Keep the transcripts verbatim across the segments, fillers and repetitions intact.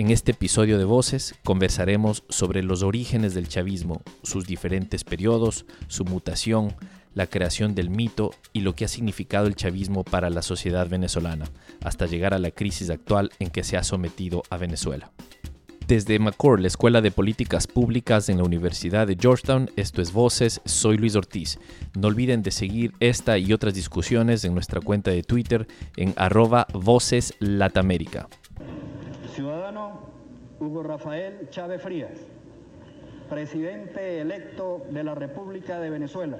En este episodio de Voces conversaremos sobre los orígenes del chavismo, sus diferentes periodos, su mutación, la creación del mito y lo que ha significado el chavismo para la sociedad venezolana, hasta llegar a la crisis actual en que se ha sometido a Venezuela. Desde McCourt, la Escuela de Políticas Públicas en la Universidad de Georgetown, esto es Voces, soy Luis Ortiz. No olviden de seguir esta y otras discusiones en nuestra cuenta de Twitter en arroba Voces Latamérica. Ciudadano Hugo Rafael Chávez Frías, presidente electo de la República de Venezuela,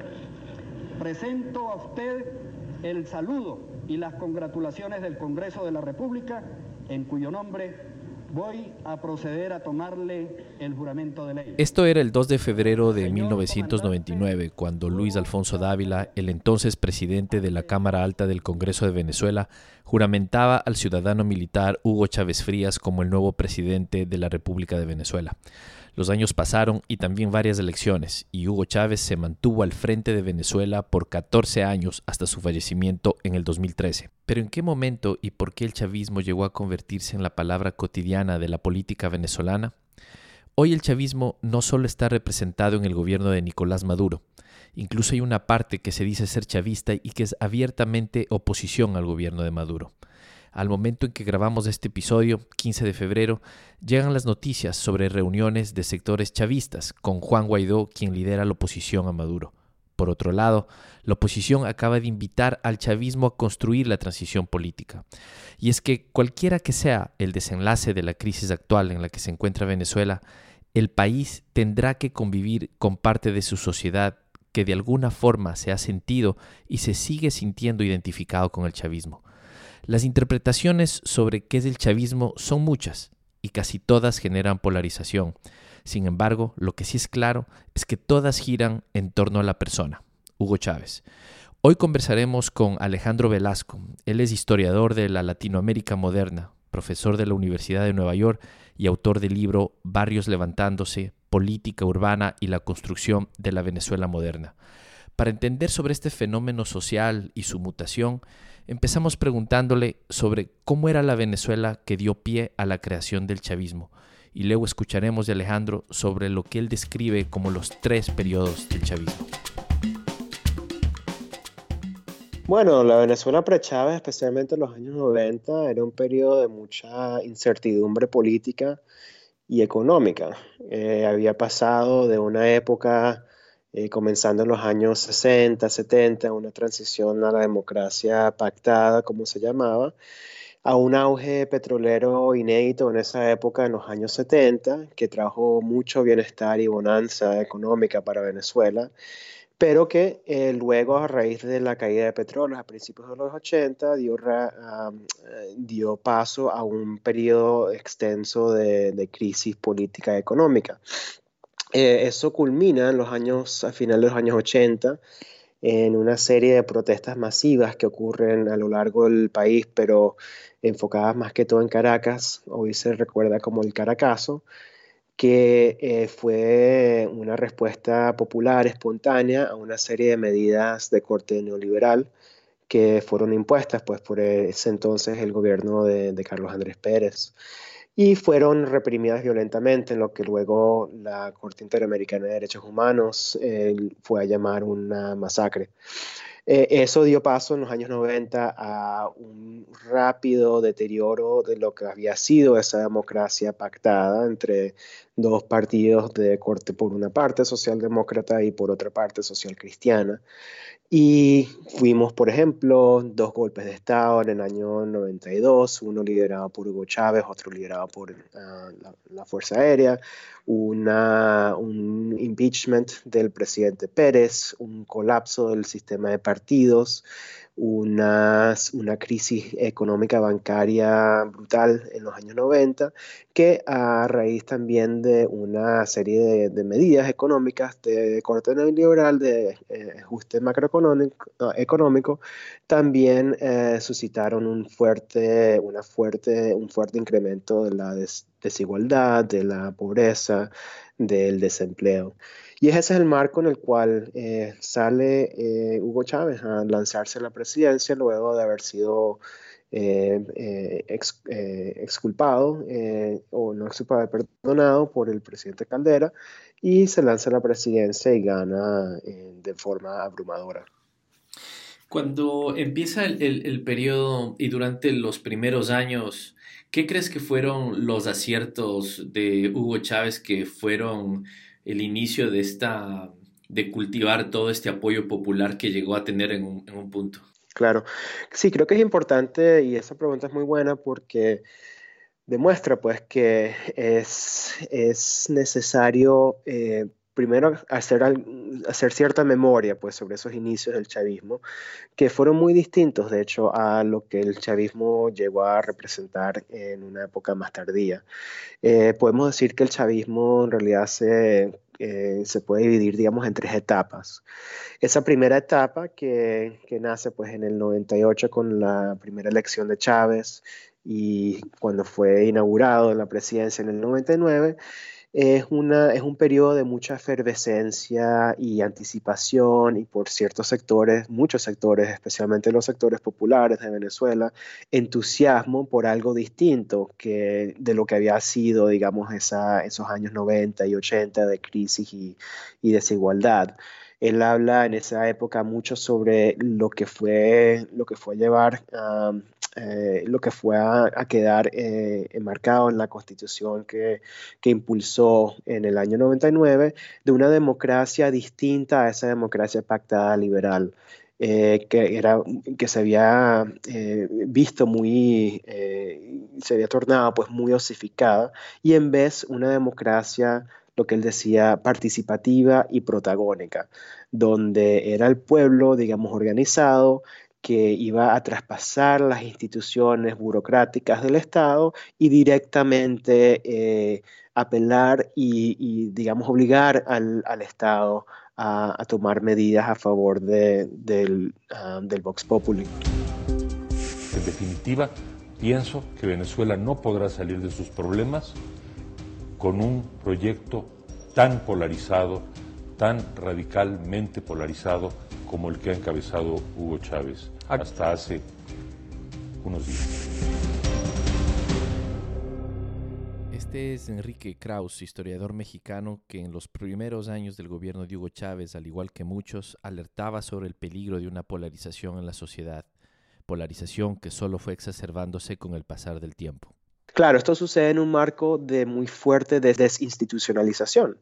presento a usted el saludo y las congratulaciones del Congreso de la República, en cuyo nombre voy a proceder a tomarle el juramento de ley. Esto era el dos de febrero de mil novecientos noventa y nueve, cuando Luis Alfonso Dávila, el entonces presidente de la Cámara Alta del Congreso de Venezuela, juramentaba al ciudadano militar Hugo Chávez Frías como el nuevo presidente de la República de Venezuela. Los años pasaron y también varias elecciones, y Hugo Chávez se mantuvo al frente de Venezuela por catorce años hasta su fallecimiento en el dos mil trece. Pero ¿en qué momento y por qué el chavismo llegó a convertirse en la palabra cotidiana de la política venezolana? Hoy el chavismo no solo está representado en el gobierno de Nicolás Maduro, incluso hay una parte que se dice ser chavista y que es abiertamente oposición al gobierno de Maduro. Al momento en que grabamos este episodio, quince de febrero, llegan las noticias sobre reuniones de sectores chavistas con Juan Guaidó, quien lidera la oposición a Maduro. Por otro lado, la oposición acaba de invitar al chavismo a construir la transición política. Y es que cualquiera que sea el desenlace de la crisis actual en la que se encuentra Venezuela, el país tendrá que convivir con parte de su sociedad que de alguna forma se ha sentido y se sigue sintiendo identificado con el chavismo. Las interpretaciones sobre qué es el chavismo son muchas y casi todas generan polarización. Sin embargo, lo que sí es claro es que todas giran en torno a la persona, Hugo Chávez. Hoy conversaremos con Alejandro Velasco. Él es historiador de la Latinoamérica moderna, profesor de la Universidad de Nueva York y autor del libro Barrios levantándose, política urbana y la construcción de la Venezuela moderna. Para entender sobre este fenómeno social y su mutación, empezamos preguntándole sobre cómo era la Venezuela que dio pie a la creación del chavismo, y luego escucharemos de Alejandro sobre lo que él describe como los tres periodos del chavismo. Bueno, la Venezuela pre-Chávez, especialmente en los años noventa, era un periodo de mucha incertidumbre política y económica. Eh, había pasado de una época Eh, comenzando en los años sesenta, setenta, una transición a la democracia pactada, como se llamaba, a un auge petrolero inédito en esa época, en los años setenta, que trajo mucho bienestar y bonanza económica para Venezuela, pero que eh, luego, a raíz de la caída de petróleo a principios de los ochenta, dio, ra, um, dio paso a un periodo extenso de, de crisis política y económica. Eh, eso culmina en los años, a finales de los años ochenta, en una serie de protestas masivas que ocurren a lo largo del país, pero enfocadas más que todo en Caracas. Hoy se recuerda como el Caracazo, que eh, fue una respuesta popular, espontánea, a una serie de medidas de corte neoliberal que fueron impuestas pues, por ese entonces el gobierno de, de Carlos Andrés Pérez, y fueron reprimidas violentamente, en lo que luego la Corte Interamericana de Derechos Humanos eh, fue a llamar una masacre. Eh, eso dio paso en los años noventa a un rápido deterioro de lo que había sido esa democracia pactada entre dos partidos de corte, por una parte socialdemócrata y por otra parte social cristiana. Y fuimos, por ejemplo, dos golpes de Estado en el año noventa y dos, uno liderado por Hugo Chávez, otro liderado por uh, la, la Fuerza Aérea, una, un impeachment del presidente Pérez, un colapso del sistema de partidos, una, una crisis económica bancaria brutal en los años noventa, que a raíz también de una serie de, de medidas económicas de corte neoliberal, de eh, ajuste macroeconómico, no, económico, también eh, suscitaron un fuerte, una fuerte, un fuerte incremento de la des- desigualdad, de la pobreza, del desempleo. Y ese es el marco en el cual eh, sale eh, Hugo Chávez a lanzarse a la presidencia luego de haber sido eh, eh, ex, eh, exculpado eh, o no exculpado, perdonado por el presidente Caldera, y se lanza a la presidencia y gana eh, de forma abrumadora. Cuando empieza el, el, el periodo y durante los primeros años, ¿qué crees que fueron los aciertos de Hugo Chávez que fueron el inicio de esta, de cultivar todo este apoyo popular que llegó a tener en un, en un punto? Claro, sí, creo que es importante y esa pregunta es muy buena porque demuestra pues que es, es necesario eh, primero hacer, al- hacer cierta memoria pues sobre esos inicios del chavismo que fueron muy distintos de hecho a lo que el chavismo llegó a representar en una época más tardía. Eh, podemos decir que el chavismo en realidad se, eh, se puede dividir digamos en tres etapas. Esa primera etapa que, que nace pues en el noventa y ocho con la primera elección de Chávez y cuando fue inaugurado en la presidencia en el noventa y nueve, es, una, es un periodo de mucha efervescencia y anticipación y por ciertos sectores, muchos sectores, especialmente los sectores populares de Venezuela, entusiasmo por algo distinto que de lo que había sido, digamos, esa, esos años noventa y ochenta de crisis y, y desigualdad. Él habla en esa época mucho sobre lo que fue, lo que fue llevar um, eh, lo que fue a, a quedar eh, enmarcado en la constitución que, que impulsó en el año noventa y nueve de una democracia distinta a esa democracia pactada liberal. Eh, que, era, que se había eh, visto muy, eh, se había tornado pues muy osificada y en vez una democracia, lo que él decía, participativa y protagónica, donde era el pueblo, digamos, organizado, que iba a traspasar las instituciones burocráticas del Estado y directamente eh, apelar y, y, digamos, obligar al, al Estado a, a, tomar medidas a favor de, del, uh, del Vox Populi. En definitiva, pienso que Venezuela no podrá salir de sus problemas con un proyecto tan polarizado, tan radicalmente polarizado como el que ha encabezado Hugo Chávez hasta hace unos días. Este es Enrique Kraus, historiador mexicano que en los primeros años del gobierno de Hugo Chávez, al igual que muchos, alertaba sobre el peligro de una polarización en la sociedad, polarización que solo fue exacerbándose con el pasar del tiempo. Claro, esto sucede en un marco de muy fuerte desinstitucionalización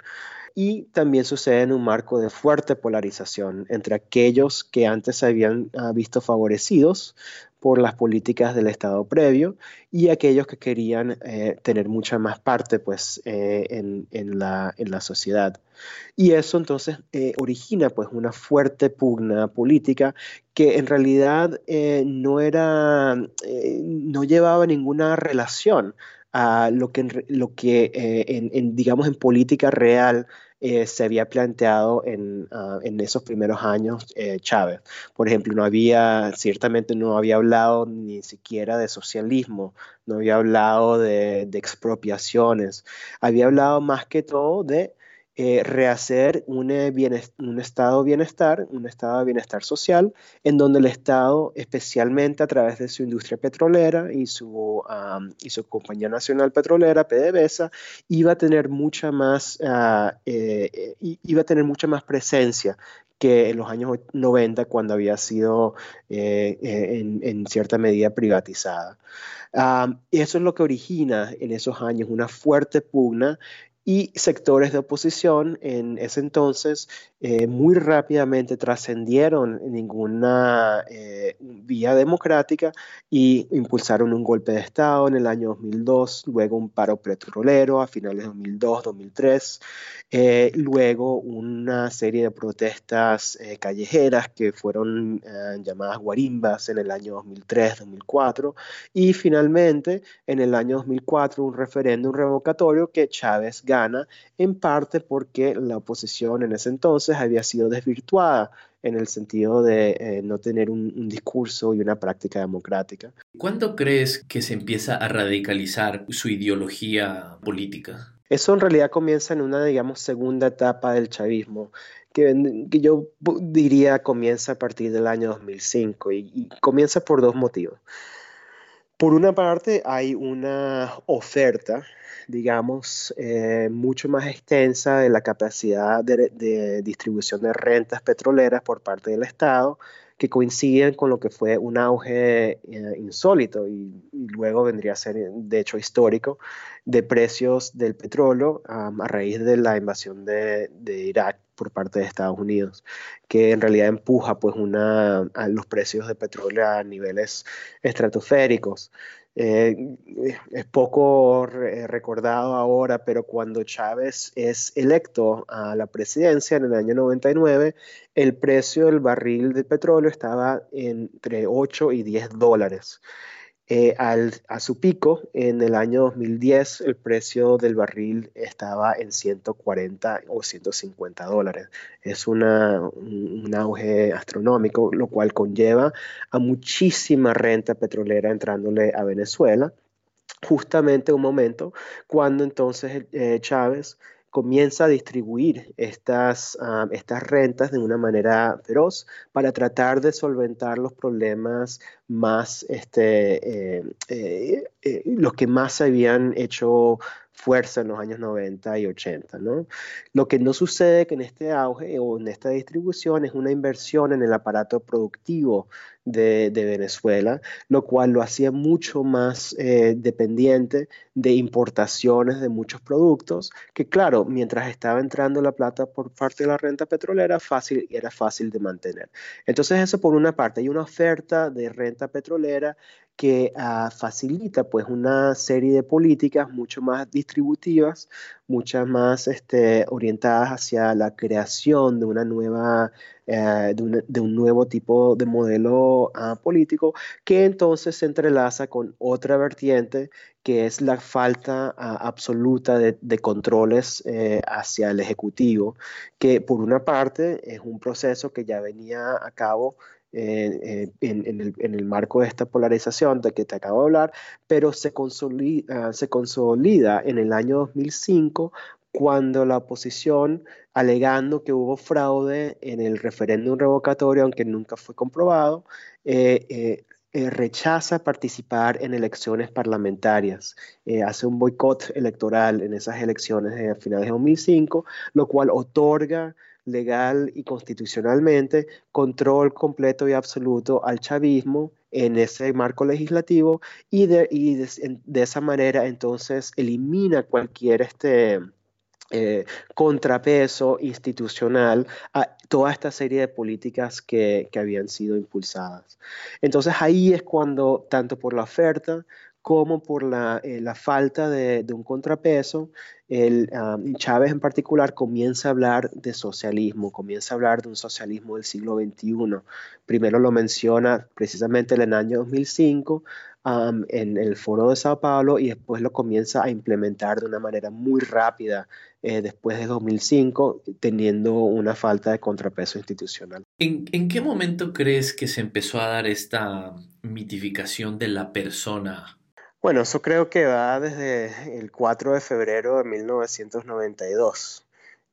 y también sucede en un marco de fuerte polarización entre aquellos que antes se habían uh, visto favorecidos por las políticas del Estado previo y aquellos que querían eh, tener mucha más parte pues, eh, en, en, la, en la sociedad. Y eso entonces eh, origina pues, una fuerte pugna política que en realidad eh, no, era, eh, no llevaba ninguna relación a lo que, lo que eh, en, en, digamos, en política real eh, se había planteado en, uh, en esos primeros años eh, Chávez. Por ejemplo, no había, ciertamente no había hablado ni siquiera de socialismo, no había hablado de, de expropiaciones, había hablado más que todo de eh, rehacer un, bienest un estado de bienestar, un estado de bienestar social, en donde el Estado, especialmente a través de su industria petrolera y su, um, y su compañía nacional petrolera, PDVSA, iba a tener mucha más, uh, eh, iba a tener mucha más presencia que en los años noventa, cuando había sido eh, en, en cierta medida privatizada. Um, eso es lo que origina en esos años una fuerte pugna y sectores de oposición en ese entonces eh, muy rápidamente trascendieron ninguna eh, vía democrática y impulsaron un golpe de Estado en el año dos mil dos, luego un paro petrolero a finales de dos mil dos, dos mil tres, eh, luego una serie de protestas eh, callejeras que fueron eh, llamadas guarimbas en el año dos mil tres, dos mil cuatro y finalmente en el año dos mil cuatro un referéndum revocatorio que Chávez gana, en parte porque la oposición en ese entonces había sido desvirtuada en el sentido de eh, no tener un, un discurso y una práctica democrática. ¿Cuándo crees que se empieza a radicalizar su ideología política? Eso en realidad comienza en una, digamos, segunda etapa del chavismo, que, que yo diría comienza a partir del año dos mil cinco y, y comienza por dos motivos. Por una parte, hay una oferta, digamos, eh, mucho más extensa de la capacidad de, de distribución de rentas petroleras por parte del Estado, que coinciden con lo que fue un auge eh, insólito y, y luego vendría a ser, de hecho, histórico, de precios del petróleo um, a raíz de la invasión de, de Irak por parte de Estados Unidos, que en realidad empuja pues una, a los precios de petróleo a niveles estratosféricos. Eh, es poco re recordado ahora, pero cuando Chávez es electo a la presidencia en el año noventa y nueve, el precio del barril de petróleo estaba entre ocho y diez dólares. Eh, al, a su pico, en el año dos mil diez, el precio del barril estaba en ciento cuarenta o ciento cincuenta dólares. Es una, un, un auge astronómico, lo cual conlleva a muchísima renta petrolera entrándole a Venezuela, justamente un momento cuando entonces eh, Chávez comienza a distribuir estas, uh, estas rentas de una manera feroz para tratar de solventar los problemas más, este, eh, eh, eh, los que más habían hecho fuerza en los años noventa y ochenta, ¿no? Lo que no sucede que en este auge o en esta distribución es una inversión en el aparato productivo de, de Venezuela, lo cual lo hacía mucho más eh, dependiente de importaciones de muchos productos, que claro, mientras estaba entrando la plata por parte de la renta petrolera, fácil, era fácil de mantener. Entonces eso por una parte, hay una oferta de renta petrolera que uh, facilita pues una serie de políticas mucho más distributivas, muchas más este, orientadas hacia la creación de una nueva eh, de, un, de, un, nuevo tipo de modelo uh, político que entonces se entrelaza con otra vertiente que es la falta uh, absoluta de, de controles eh, hacia el Ejecutivo, que por una parte es un proceso que ya venía a cabo Eh, en, en, el, en el marco de esta polarización de que te acabo de hablar, pero se consolida, uh, se consolida en el año dos mil cinco cuando la oposición, alegando que hubo fraude en el referéndum revocatorio, aunque nunca fue comprobado, eh, eh, eh, rechaza participar en elecciones parlamentarias, eh, hace un boicot electoral en esas elecciones de finales de dos mil cinco, lo cual otorga legal y constitucionalmente control completo y absoluto al chavismo en ese marco legislativo y de, y de, de esa manera entonces elimina cualquier este, eh, contrapeso institucional a toda esta serie de políticas que, que habían sido impulsadas. Entonces ahí es cuando, tanto por la oferta como por la, eh, la falta de, de un contrapeso, el, um, Chávez en particular comienza a hablar de socialismo, comienza a hablar de un socialismo del siglo veintiuno. Primero lo menciona precisamente en el año dos mil cinco, Um, en el Foro de Sao Paulo y después lo comienza a implementar de una manera muy rápida eh, después de dos mil cinco, teniendo una falta de contrapeso institucional. ¿En, ¿En qué momento crees que se empezó a dar esta mitificación de la persona? Bueno, eso creo que va desde el cuatro de febrero de mil novecientos noventa y dos.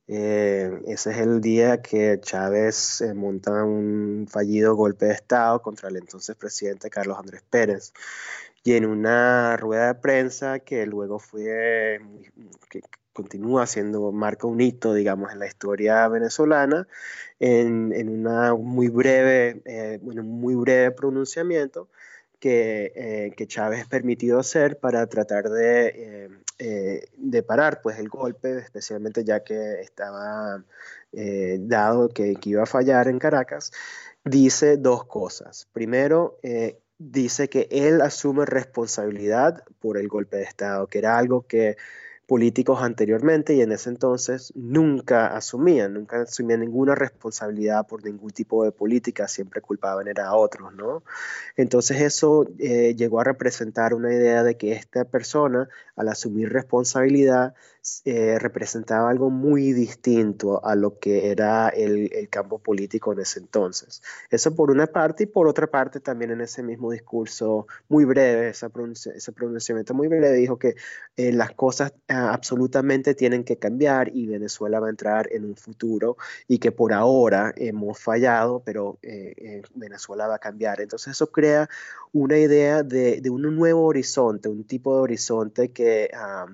Eh, ese es el día que Chávez eh, monta un fallido golpe de Estado contra el entonces presidente Carlos Andrés Pérez. Y en una rueda de prensa que luego fue, que continúa siendo, marca un hito, digamos, en la historia venezolana, en, en una muy breve, eh, bueno, muy breve pronunciamiento que, eh, que Chávez permitió hacer para tratar de, eh, eh, de parar pues, el golpe, especialmente ya que estaba eh, dado que, que iba a fallar en Caracas, dice dos cosas. Primero, eh, dice que él asume responsabilidad por el golpe de Estado, que era algo que políticos anteriormente y en ese entonces nunca asumían, nunca asumían ninguna responsabilidad por ningún tipo de política, siempre culpaban era a otros, ¿no? Entonces eso eh, llegó a representar una idea de que esta persona, al asumir responsabilidad, eh, representaba algo muy distinto a lo que era el, el campo político en ese entonces. Eso por una parte, y por otra parte también en ese mismo discurso muy breve, esa pronunci ese pronunciamiento muy breve, dijo que eh, las cosas uh, absolutamente tienen que cambiar y Venezuela va a entrar en un futuro y que por ahora hemos fallado, pero eh, eh, Venezuela va a cambiar. Entonces eso crea una idea de, de un nuevo horizonte, un tipo de horizonte que, um,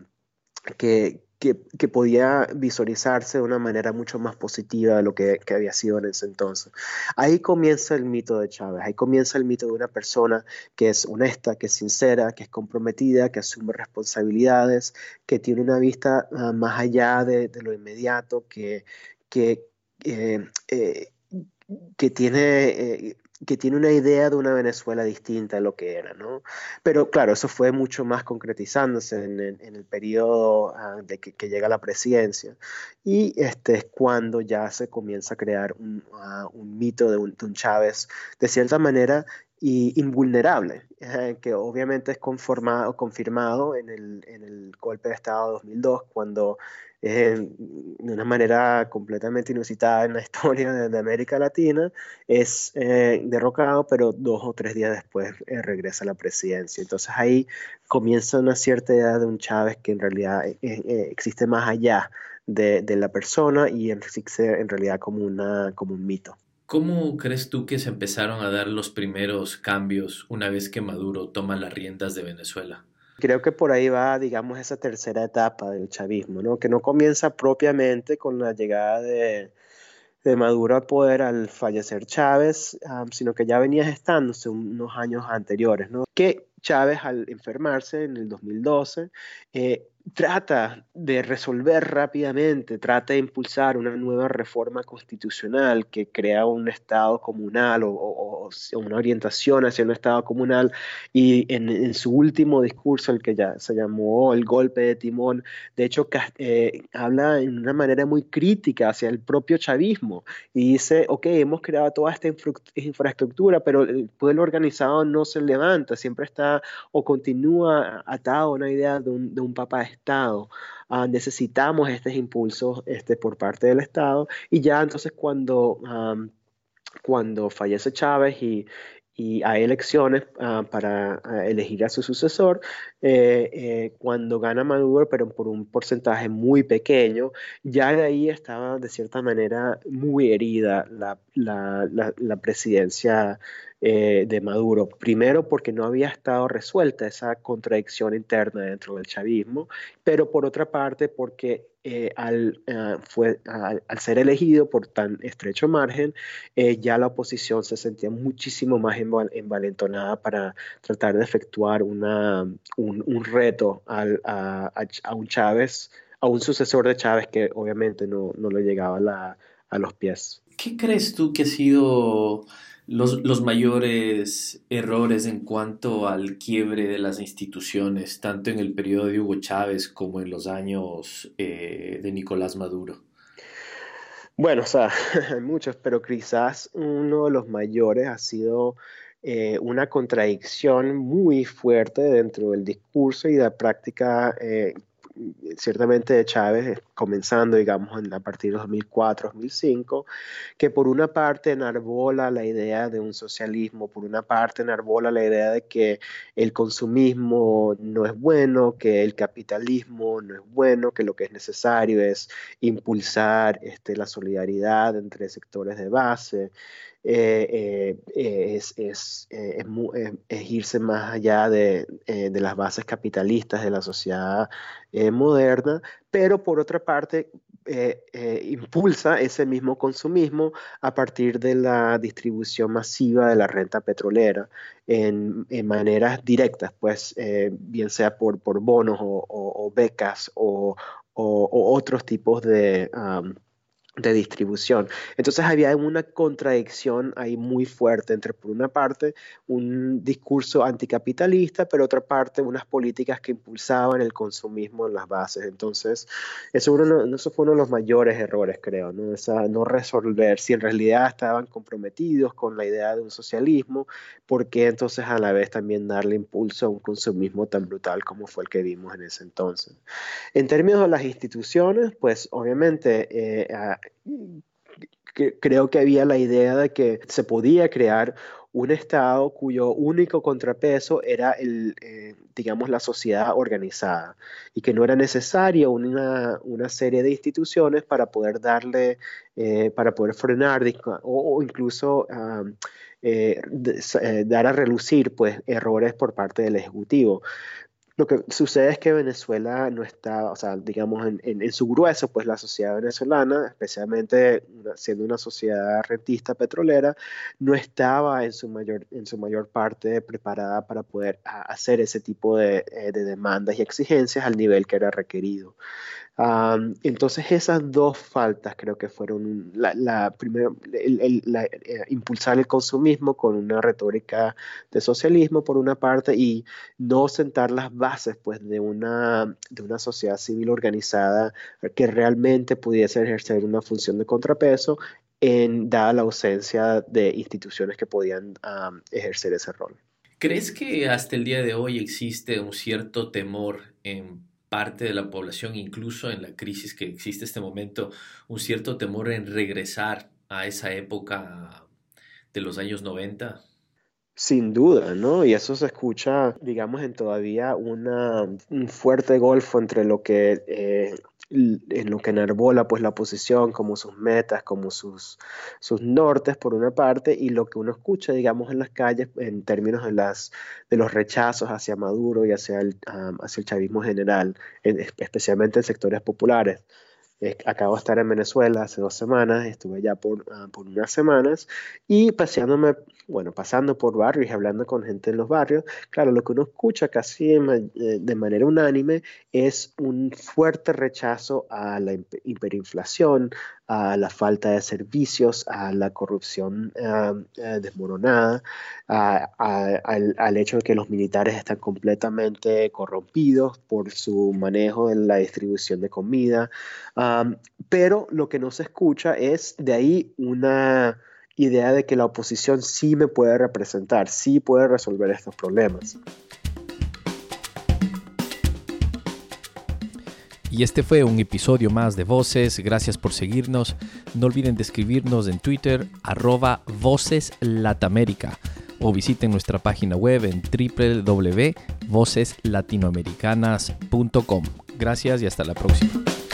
que, que, que podía visualizarse de una manera mucho más positiva de lo que, que había sido en ese entonces. Ahí comienza el mito de Chávez, ahí comienza el mito de una persona que es honesta, que es sincera, que es comprometida, que asume responsabilidades, que tiene una vista uh, más allá de, de lo inmediato, que, que, eh, eh, que tiene... Eh, que tiene una idea de una Venezuela distinta a lo que era, ¿no? Pero claro, eso fue mucho más concretizándose en, en, en el periodo uh, de que, que llega a la presidencia. Y este es cuando ya se comienza a crear un, uh, un mito de un, de un Chávez, de cierta manera, y invulnerable, eh, que obviamente es conformado, confirmado en el, en el golpe de Estado de dos mil dos, cuando eh, de una manera completamente inusitada en la historia de, de América Latina, es eh, derrocado, pero dos o tres días después eh, regresa a la presidencia. Entonces ahí comienza una cierta idea de un Chávez que en realidad eh, eh, existe más allá de, de la persona y existe en realidad como, una, como un mito. ¿Cómo crees tú que se empezaron a dar los primeros cambios una vez que Maduro toma las riendas de Venezuela? Creo que por ahí va, digamos, esa tercera etapa del chavismo, ¿no? Que no comienza propiamente con la llegada de, de Maduro al poder al fallecer Chávez, um, sino que ya venía gestándose unos años anteriores, ¿no? Que Chávez, al enfermarse en el dos mil doce, eh, trata de resolver rápidamente, trata de impulsar una nueva reforma constitucional que crea un Estado comunal o, o, o una orientación hacia un Estado comunal, y en, en su último discurso, el que ya se llamó el golpe de timón, de hecho eh, habla en una manera muy crítica hacia el propio chavismo y dice, ok, hemos creado toda esta infra infraestructura, pero el pueblo organizado no se levanta, siempre está o continúa atado a una idea de un, de un papá de Estado. Uh, necesitamos estos impulsos este, por parte del Estado, y ya entonces cuando, um, cuando fallece Chávez y, y hay elecciones uh, para uh, elegir a su sucesor, eh, eh, cuando gana Maduro, pero por un porcentaje muy pequeño, ya de ahí estaba de cierta manera muy herida la, la, la, la presidencia eh, de Maduro. Primero porque no había estado resuelta esa contradicción interna dentro del chavismo, pero por otra parte porque eh, al, uh, fue, al, al ser elegido por tan estrecho margen, eh, ya la oposición se sentía muchísimo más enval envalentonada para tratar de efectuar una, un, un reto al, a, a, a un Chávez, a un sucesor de Chávez que obviamente no, no le llegaba la, a los pies. ¿Qué crees tú que ha sido los, los mayores errores en cuanto al quiebre de las instituciones, tanto en el periodo de Hugo Chávez como en los años eh, de Nicolás Maduro? Bueno, o sea, hay muchos, pero quizás uno de los mayores ha sido eh, una contradicción muy fuerte dentro del discurso y de la práctica, eh, ciertamente de Chávez, comenzando, digamos, en, a partir de dos mil cuatro, dos mil cinco, que por una parte enarbola la idea de un socialismo, por una parte enarbola la idea de que el consumismo no es bueno, que el capitalismo no es bueno, que lo que es necesario es impulsar este, la solidaridad entre sectores de base. Eh, eh, es, es, eh, es, es, irse más allá de, eh, de las bases capitalistas de la sociedad eh, moderna, pero por otra parte eh, eh, impulsa ese mismo consumismo a partir de la distribución masiva de la renta petrolera en, en maneras directas, pues eh, bien sea por, por bonos o, o, o becas o, o, o otros tipos de... Um, de distribución. Entonces había una contradicción ahí muy fuerte entre, por una parte, un discurso anticapitalista, pero otra parte, unas políticas que impulsaban el consumismo en las bases. Entonces, eso, uno, eso fue uno de los mayores errores, creo, ¿no? Esa, no resolver si en realidad estaban comprometidos con la idea de un socialismo, ¿por qué entonces a la vez también darle impulso a un consumismo tan brutal como fue el que vimos en ese entonces? En términos de las instituciones, pues obviamente eh, que creo que había la idea de que se podía crear un Estado cuyo único contrapeso era, el, eh, digamos, la sociedad organizada y que no era necesaria una, una serie de instituciones para poder darle, eh, para poder frenar o, o incluso um, eh, de, eh, dar a relucir pues, errores por parte del Ejecutivo. Lo que sucede es que Venezuela no está, o sea, digamos, en, en, en su grueso, pues la sociedad venezolana, especialmente una, siendo una sociedad rentista petrolera, no estaba en su mayor, en su mayor parte preparada para poder a, hacer ese tipo de, de demandas y exigencias al nivel que era requerido. Um, entonces esas dos faltas creo que fueron la, la primero, el, el, la, eh, impulsar el consumismo con una retórica de socialismo por una parte y no sentar las bases pues de una, de una sociedad civil organizada que realmente pudiese ejercer una función de contrapeso en dada la ausencia de instituciones que podían um, ejercer ese rol. ¿Crees que hasta el día de hoy existe un cierto temor en parte de la población, incluso en la crisis que existe en este momento, un cierto temor en regresar a esa época de los años noventa? Sin duda, ¿no? Y eso se escucha, digamos, en todavía una, un fuerte golfo entre lo que, eh, en lo que enarbola pues la oposición, como sus metas, como sus, sus nortes por una parte, y lo que uno escucha, digamos, en las calles en términos de, las, de los rechazos hacia Maduro y hacia el, um, hacia el chavismo general, en, especialmente en sectores populares. Eh, acabo de estar en Venezuela hace dos semanas, estuve allá por, uh, por unas semanas y paseándome, bueno, pasando por barrios y hablando con gente en los barrios. Claro, lo que uno escucha casi de, de manera unánime es un fuerte rechazo a la hiperinflación, a la falta de servicios, a la corrupción uh, uh, desmoronada, uh, a, al, al hecho de que los militares están completamente corrompidos por su manejo de la distribución de comida. Um, pero lo que no se escucha es de ahí una idea de que la oposición sí me puede representar, sí puede resolver estos problemas. Y este fue un episodio más de Voces. Gracias por seguirnos. No olviden de escribirnos en Twitter, arroba Voces Latamérica, o visiten nuestra página web en doble u doble u doble u punto voces latinoamericanas punto com. Gracias y hasta la próxima.